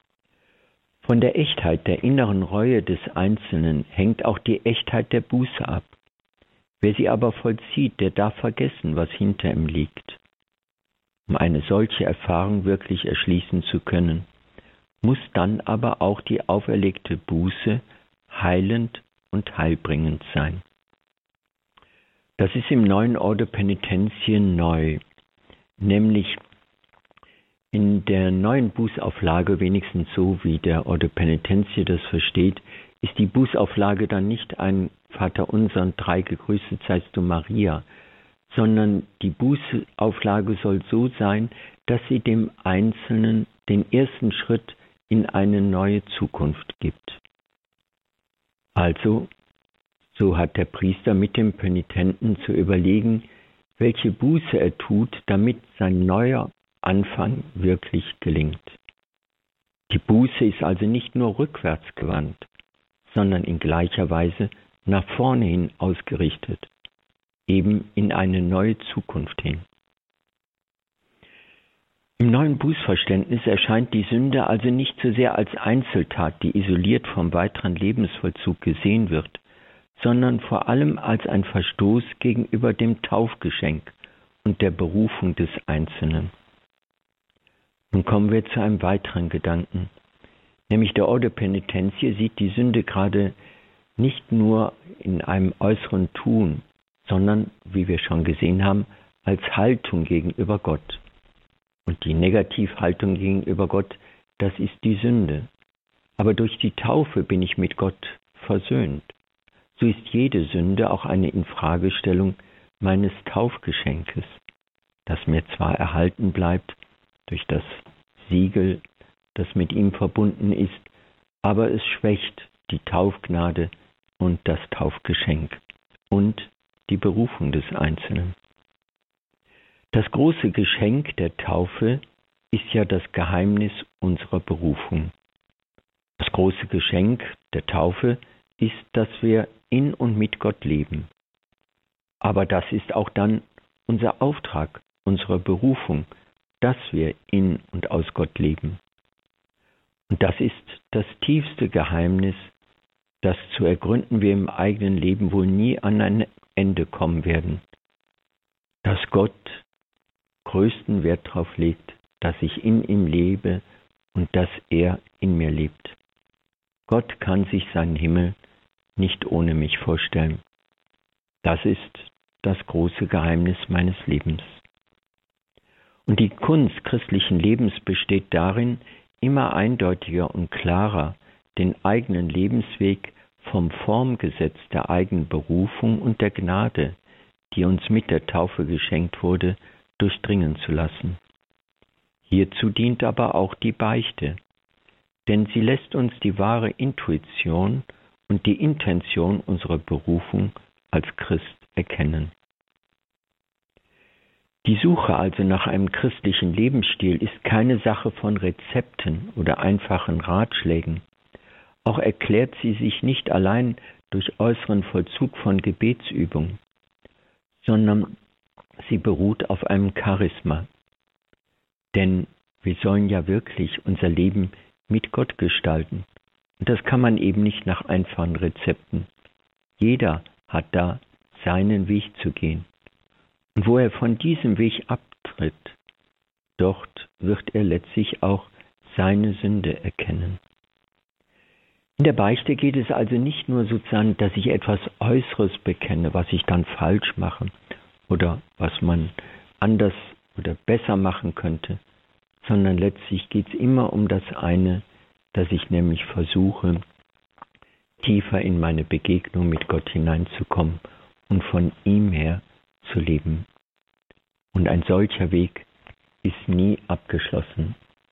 [SPEAKER 2] Von der Echtheit der inneren Reue des Einzelnen hängt auch die Echtheit der Buße ab. Wer sie aber vollzieht, der darf vergessen, was hinter ihm liegt. Um eine solche Erfahrung wirklich erschließen zu können, muss dann aber auch die auferlegte Buße heilend und heilbringend sein. Das ist im neuen Ordo Penitentiae neu, nämlich in der neuen Bußauflage, wenigstens so wie der Ordo Penitentiae das versteht, ist die Bußauflage dann nicht ein Vaterunser und 3 gegrüßet seist du Maria, sondern die Bußauflage soll so sein, dass sie dem Einzelnen den ersten Schritt in eine neue Zukunft gibt. Also, so hat der Priester mit dem Penitenten zu überlegen, welche Buße er tut, damit sein neuer Anfang wirklich gelingt. Die Buße ist also nicht nur rückwärts gewandt, sondern in gleicher Weise nach vorne hin ausgerichtet, eben in eine neue Zukunft hin. Im neuen Bußverständnis erscheint die Sünde also nicht so sehr als Einzeltat, die isoliert vom weiteren Lebensvollzug gesehen wird, sondern vor allem als ein Verstoß gegenüber dem Taufgeschenk und der Berufung des Einzelnen. Nun kommen wir zu einem weiteren Gedanken, nämlich der Ordo Penitentiae sieht die Sünde gerade nicht nur in einem äußeren Tun, sondern, wie wir schon gesehen haben, als Haltung gegenüber Gott. Und die Negativhaltung gegenüber Gott, das ist die Sünde. Aber durch die Taufe bin ich mit Gott versöhnt. So ist jede Sünde auch eine Infragestellung meines Taufgeschenkes, das mir zwar erhalten bleibt durch das Siegel das mit ihm verbunden ist, aber es schwächt die Taufgnade und das Taufgeschenk und die Berufung des Einzelnen. Das große Geschenk der Taufe ist ja das Geheimnis unserer Berufung. Das große Geschenk der Taufe ist, dass wir in und mit Gott leben. Aber das ist auch dann unser Auftrag, unsere Berufung, dass wir in und aus Gott leben. Und das ist das tiefste Geheimnis, das zu ergründen wir im eigenen Leben wohl nie an ein Ende kommen werden. Dass Gott größten Wert darauf legt, dass ich in ihm lebe und dass er in mir lebt. Gott kann sich seinen Himmel nicht ohne mich vorstellen. Das ist das große Geheimnis meines Lebens. Und die Kunst christlichen Lebens besteht darin, immer eindeutiger und klarer den eigenen Lebensweg vom Formgesetz der eigenen Berufung und der Gnade, die uns mit der Taufe geschenkt wurde, durchdringen zu lassen. Hierzu dient aber auch die Beichte, denn sie lässt uns die wahre Intuition und die Intention unserer Berufung als Christ erkennen. Die Suche also nach einem christlichen Lebensstil ist keine Sache von Rezepten oder einfachen Ratschlägen. Auch erklärt sie sich nicht allein durch äußeren Vollzug von Gebetsübungen, sondern sie beruht auf einem Charisma. Denn wir sollen ja wirklich unser Leben mit Gott gestalten. Und das kann man eben nicht nach einfachen Rezepten. Jeder hat da seinen Weg zu gehen. Und wo er von diesem Weg abtritt, dort wird er letztlich auch seine Sünde erkennen. In der Beichte geht es also nicht nur sozusagen, dass ich etwas Äußeres bekenne, was ich dann falsch mache oder was man anders oder besser machen könnte, sondern letztlich geht es immer um das eine, dass ich nämlich versuche, tiefer in meine Begegnung mit Gott hineinzukommen und von ihm her zu leben. Und ein solcher Weg ist nie abgeschlossen.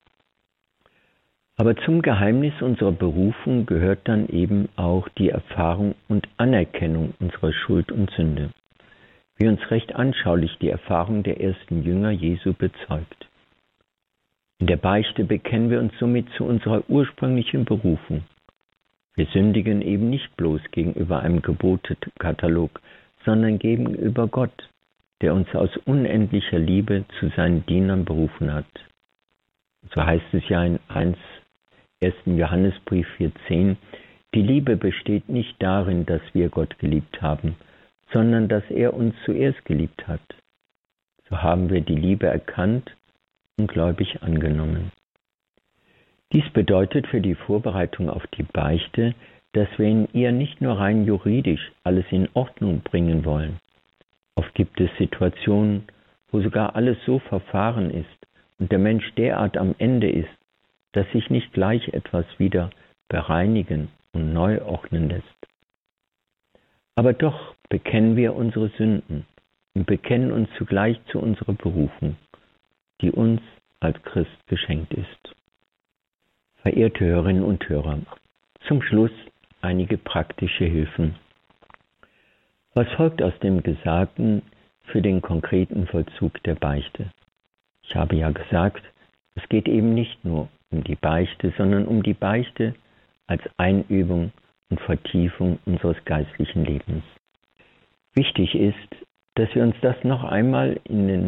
[SPEAKER 2] Aber zum Geheimnis unserer Berufung gehört dann eben auch die Erfahrung und Anerkennung unserer Schuld und Sünde, wie uns recht anschaulich die Erfahrung der ersten Jünger Jesu bezeugt. In der Beichte bekennen wir uns somit zu unserer ursprünglichen Berufung. Wir sündigen eben nicht bloß gegenüber einem Gebotekatalog, sondern gegenüber Gott, der uns aus unendlicher Liebe zu seinen Dienern berufen hat. So heißt es ja in 1. Johannesbrief 4,10, die Liebe besteht nicht darin, dass wir Gott geliebt haben, sondern dass er uns zuerst geliebt hat. So haben wir die Liebe erkannt und gläubig angenommen. Dies bedeutet für die Vorbereitung auf die Beichte, dass wir in ihr nicht nur rein juridisch alles in Ordnung bringen wollen. Oft gibt es Situationen, wo sogar alles so verfahren ist und der Mensch derart am Ende ist, dass sich nicht gleich etwas wieder bereinigen und neu ordnen lässt. Aber doch bekennen wir unsere Sünden und bekennen uns zugleich zu unserer Berufung, die uns als Christ geschenkt ist. Verehrte Hörerinnen und Hörer, zum Schluss einige praktische Hilfen. Was folgt aus dem Gesagten für den konkreten Vollzug der Beichte? Ich habe ja gesagt, es geht eben nicht nur um die Beichte, sondern um die Beichte als Einübung und Vertiefung unseres geistlichen Lebens. Wichtig ist, dass wir uns das noch einmal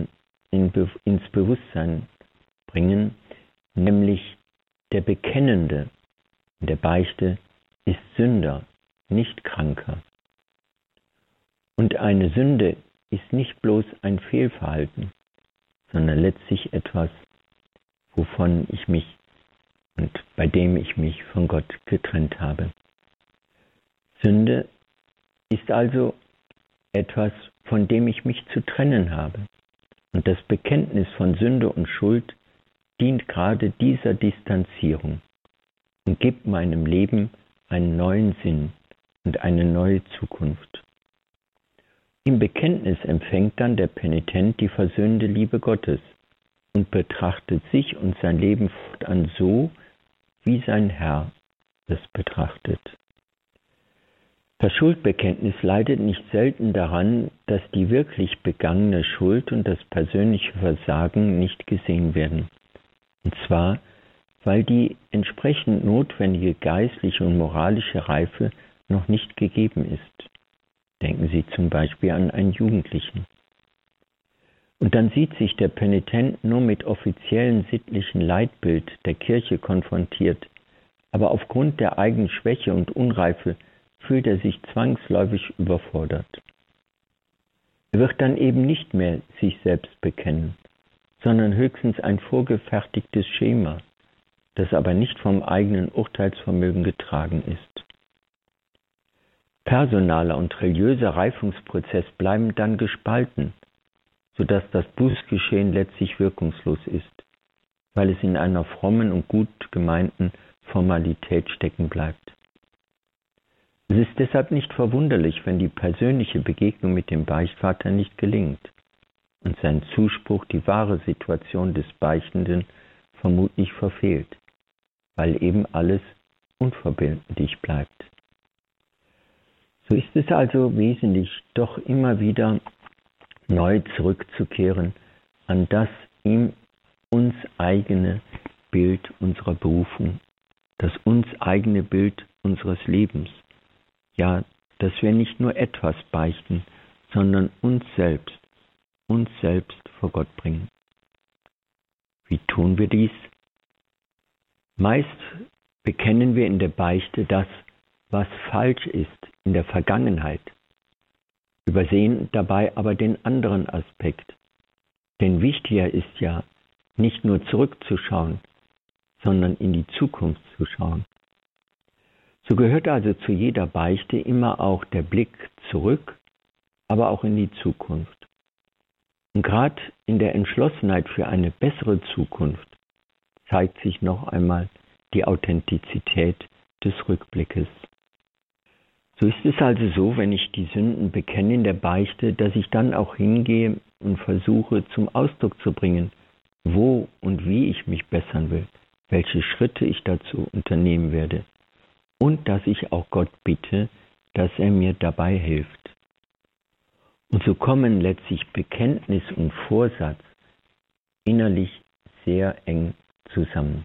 [SPEAKER 2] ins Bewusstsein bringen, nämlich der Bekennende in der Beichte ist Sünder, nicht Kranker. Und eine Sünde ist nicht bloß ein Fehlverhalten, sondern letztlich etwas, wovon ich mich und bei dem ich mich von Gott getrennt habe. Sünde ist also etwas, von dem ich mich zu trennen habe. Und das Bekenntnis von Sünde und Schuld dient gerade dieser Distanzierung und gibt meinem Leben einen neuen Sinn und eine neue Zukunft. Im Bekenntnis empfängt dann der Penitent die versöhnende Liebe Gottes und betrachtet sich und sein Leben fortan so, wie sein Herr es betrachtet. Das Schuldbekenntnis leidet nicht selten daran, dass die wirklich begangene Schuld und das persönliche Versagen nicht gesehen werden. Und zwar, weil die entsprechend notwendige geistliche und moralische Reife noch nicht gegeben ist. Denken Sie zum Beispiel an einen Jugendlichen. Und dann sieht sich der Penitent nur mit offiziellen sittlichen Leitbild der Kirche konfrontiert, aber aufgrund der eigenen Schwäche und Unreife fühlt er sich zwangsläufig überfordert. Er wird dann eben nicht mehr sich selbst bekennen, sondern höchstens ein vorgefertigtes Schema, das aber nicht vom eigenen Urteilsvermögen getragen ist. Personaler und religiöser Reifungsprozess bleiben dann gespalten, sodass das Bußgeschehen letztlich wirkungslos ist, weil es in einer frommen und gut gemeinten Formalität stecken bleibt. Es ist deshalb nicht verwunderlich, wenn die persönliche Begegnung mit dem Beichtvater nicht gelingt und sein Zuspruch die wahre Situation des Beichtenden vermutlich verfehlt, weil eben alles unverbindlich bleibt. So ist es also wesentlich, doch immer wieder neu zurückzukehren an das ihm uns eigene Bild unserer Berufung, das uns eigene Bild unseres Lebens. Ja, dass wir nicht nur etwas beichten, sondern uns selbst vor Gott bringen. Wie tun wir dies? Meist bekennen wir in der Beichte das, was falsch ist in der Vergangenheit, übersehen dabei aber den anderen Aspekt. Denn wichtiger ist ja, nicht nur zurückzuschauen, sondern in die Zukunft zu schauen. So gehört also zu jeder Beichte immer auch der Blick zurück, aber auch in die Zukunft. Und gerade in der Entschlossenheit für eine bessere Zukunft zeigt sich noch einmal die Authentizität des Rückblickes. So ist es also so, wenn ich die Sünden bekenne in der Beichte, dass ich dann auch hingehe und versuche zum Ausdruck zu bringen, wo und wie ich mich bessern will, welche Schritte ich dazu unternehmen werde. Und dass ich auch Gott bitte, dass er mir dabei hilft. Und so kommen letztlich Bekenntnis und Vorsatz innerlich sehr eng zusammen.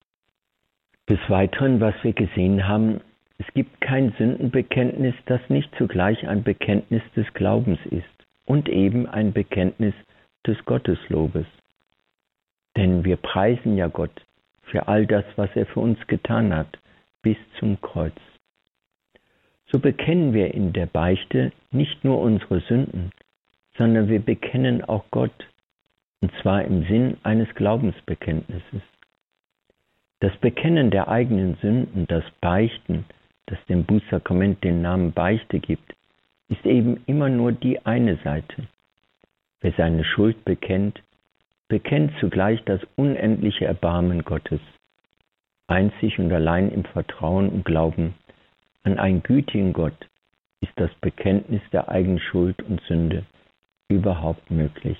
[SPEAKER 2] Des Weiteren, was wir gesehen haben, es gibt kein Sündenbekenntnis, das nicht zugleich ein Bekenntnis des Glaubens ist und eben ein Bekenntnis des Gotteslobes. Denn wir preisen ja Gott für all das, was er für uns getan hat, bis zum Kreuz. So bekennen wir in der Beichte nicht nur unsere Sünden, sondern wir bekennen auch Gott, und zwar im Sinn eines Glaubensbekenntnisses. Das Bekennen der eigenen Sünden, das Beichten, das dem Bußsakrament den Namen Beichte gibt, ist eben immer nur die eine Seite. Wer seine Schuld bekennt, bekennt zugleich das unendliche Erbarmen Gottes. Einzig und allein im Vertrauen und Glauben an einen gütigen Gott ist das Bekenntnis der eigenen Schuld und Sünde überhaupt möglich.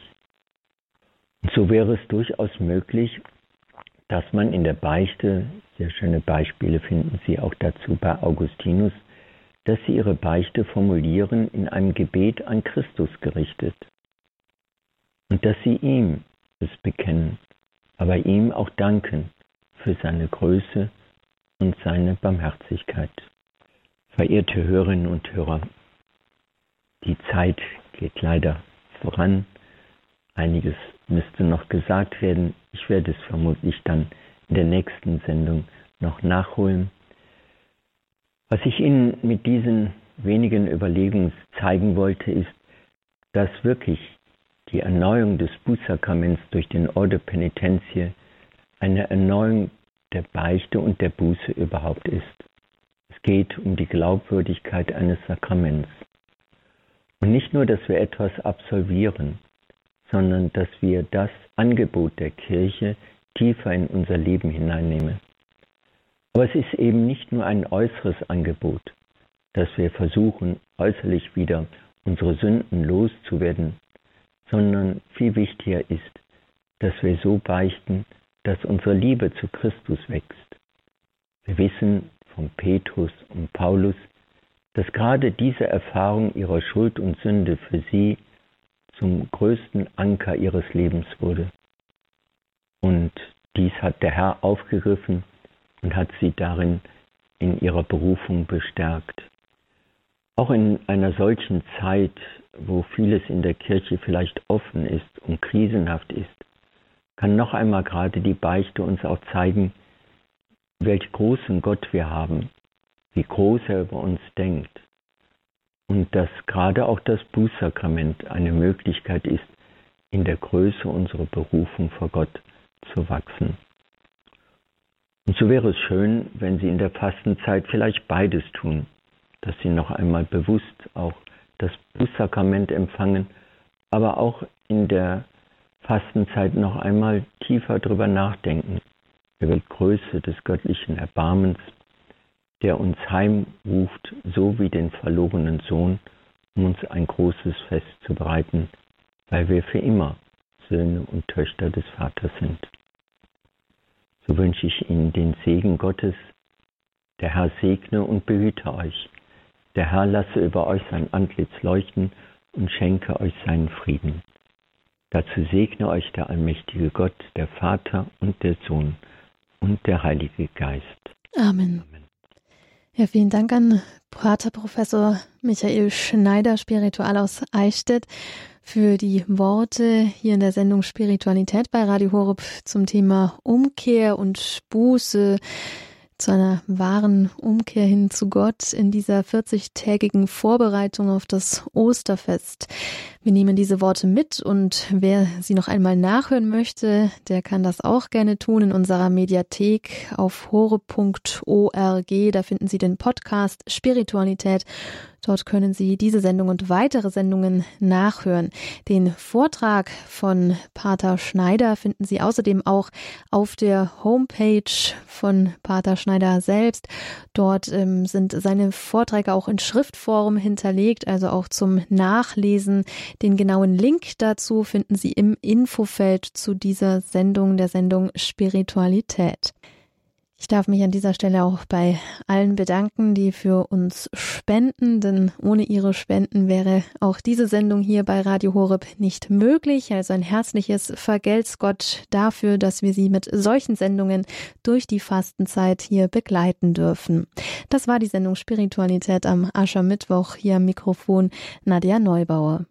[SPEAKER 2] Und so wäre es durchaus möglich, dass man in der Beichte, sehr schöne Beispiele finden Sie auch dazu bei Augustinus, dass sie ihre Beichte formulieren in einem Gebet an Christus gerichtet. Und dass sie ihm es bekennen, aber ihm auch danken für seine Größe und seine Barmherzigkeit. Verehrte Hörerinnen und Hörer, die Zeit geht leider voran. Einiges müsste noch gesagt werden. Ich werde es vermutlich dann in der nächsten Sendung noch nachholen. Was ich Ihnen mit diesen wenigen Überlegungen zeigen wollte, ist, dass wirklich die Erneuerung des Bußsakraments durch den Ordo Penitentiae eine Erneuerung der Beichte und der Buße überhaupt ist. Es geht um die Glaubwürdigkeit eines Sakraments. Und nicht nur, dass wir etwas absolvieren, sondern dass wir das Angebot der Kirche tiefer in unser Leben hineinnehmen. Aber es ist eben nicht nur ein äußeres Angebot, dass wir versuchen, äußerlich wieder unsere Sünden loszuwerden, sondern viel wichtiger ist, dass wir so beichten, dass unsere Liebe zu Christus wächst, Wir wissen von Petrus und Paulus, dass gerade diese Erfahrung ihrer Schuld und Sünde für sie zum größten Anker ihres Lebens wurde. Und dies hat der Herr aufgegriffen und hat sie darin in ihrer Berufung bestärkt. Auch in einer solchen Zeit, wo vieles in der Kirche vielleicht offen ist und krisenhaft ist, kann noch einmal gerade die Beichte uns auch zeigen, welch großen Gott wir haben, wie groß er über uns denkt und dass gerade auch das Bußsakrament eine Möglichkeit ist, in der Größe unserer Berufung vor Gott zu wachsen. Und so wäre es schön, wenn Sie in der Fastenzeit vielleicht beides tun, dass Sie noch einmal bewusst auch das Bußsakrament empfangen, aber auch in der Fastenzeit noch einmal tiefer darüber nachdenken, über die Größe des göttlichen Erbarmens, der uns heimruft, so wie den verlorenen Sohn, um uns ein großes Fest zu bereiten, weil wir für immer Söhne und Töchter des Vaters sind. So wünsche ich Ihnen den Segen Gottes. Der Herr segne und behüte euch. Der Herr lasse über euch sein Antlitz leuchten und schenke euch seinen Frieden. Dazu segne euch der allmächtige Gott, der Vater und der Sohn und der Heilige Geist.
[SPEAKER 1] Amen. Ja, vielen Dank an Pater Professor Michael Schneider, Spiritual aus Eichstätt, für die Worte hier in der Sendung Spiritualität bei Radio Horeb zum Thema Umkehr und Buße, zu einer wahren Umkehr hin zu Gott in dieser 40-tägigen Vorbereitung auf das Osterfest. Wir nehmen diese Worte mit und wer sie noch einmal nachhören möchte, der kann das auch gerne tun in unserer Mediathek auf horeb.org. Da finden Sie den Podcast Spiritualität. Dort können Sie diese Sendung und weitere Sendungen nachhören. Den Vortrag von Pater Schneider finden Sie außerdem auch auf der Homepage von Pater Schneider selbst. Dort sind seine Vorträge auch in Schriftform hinterlegt, also auch zum Nachlesen. Den genauen Link dazu finden Sie im Infofeld zu dieser Sendung, der Sendung Spiritualität. Ich darf mich an dieser Stelle auch bei allen bedanken, die für uns spenden, denn ohne Ihre Spenden wäre auch diese Sendung hier bei Radio Horeb nicht möglich. Also ein herzliches Vergelt's Gott dafür, dass wir Sie mit solchen Sendungen durch die Fastenzeit hier begleiten dürfen. Das war die Sendung Spiritualität am Aschermittwoch. Hier am Mikrofon Nadja Neubauer.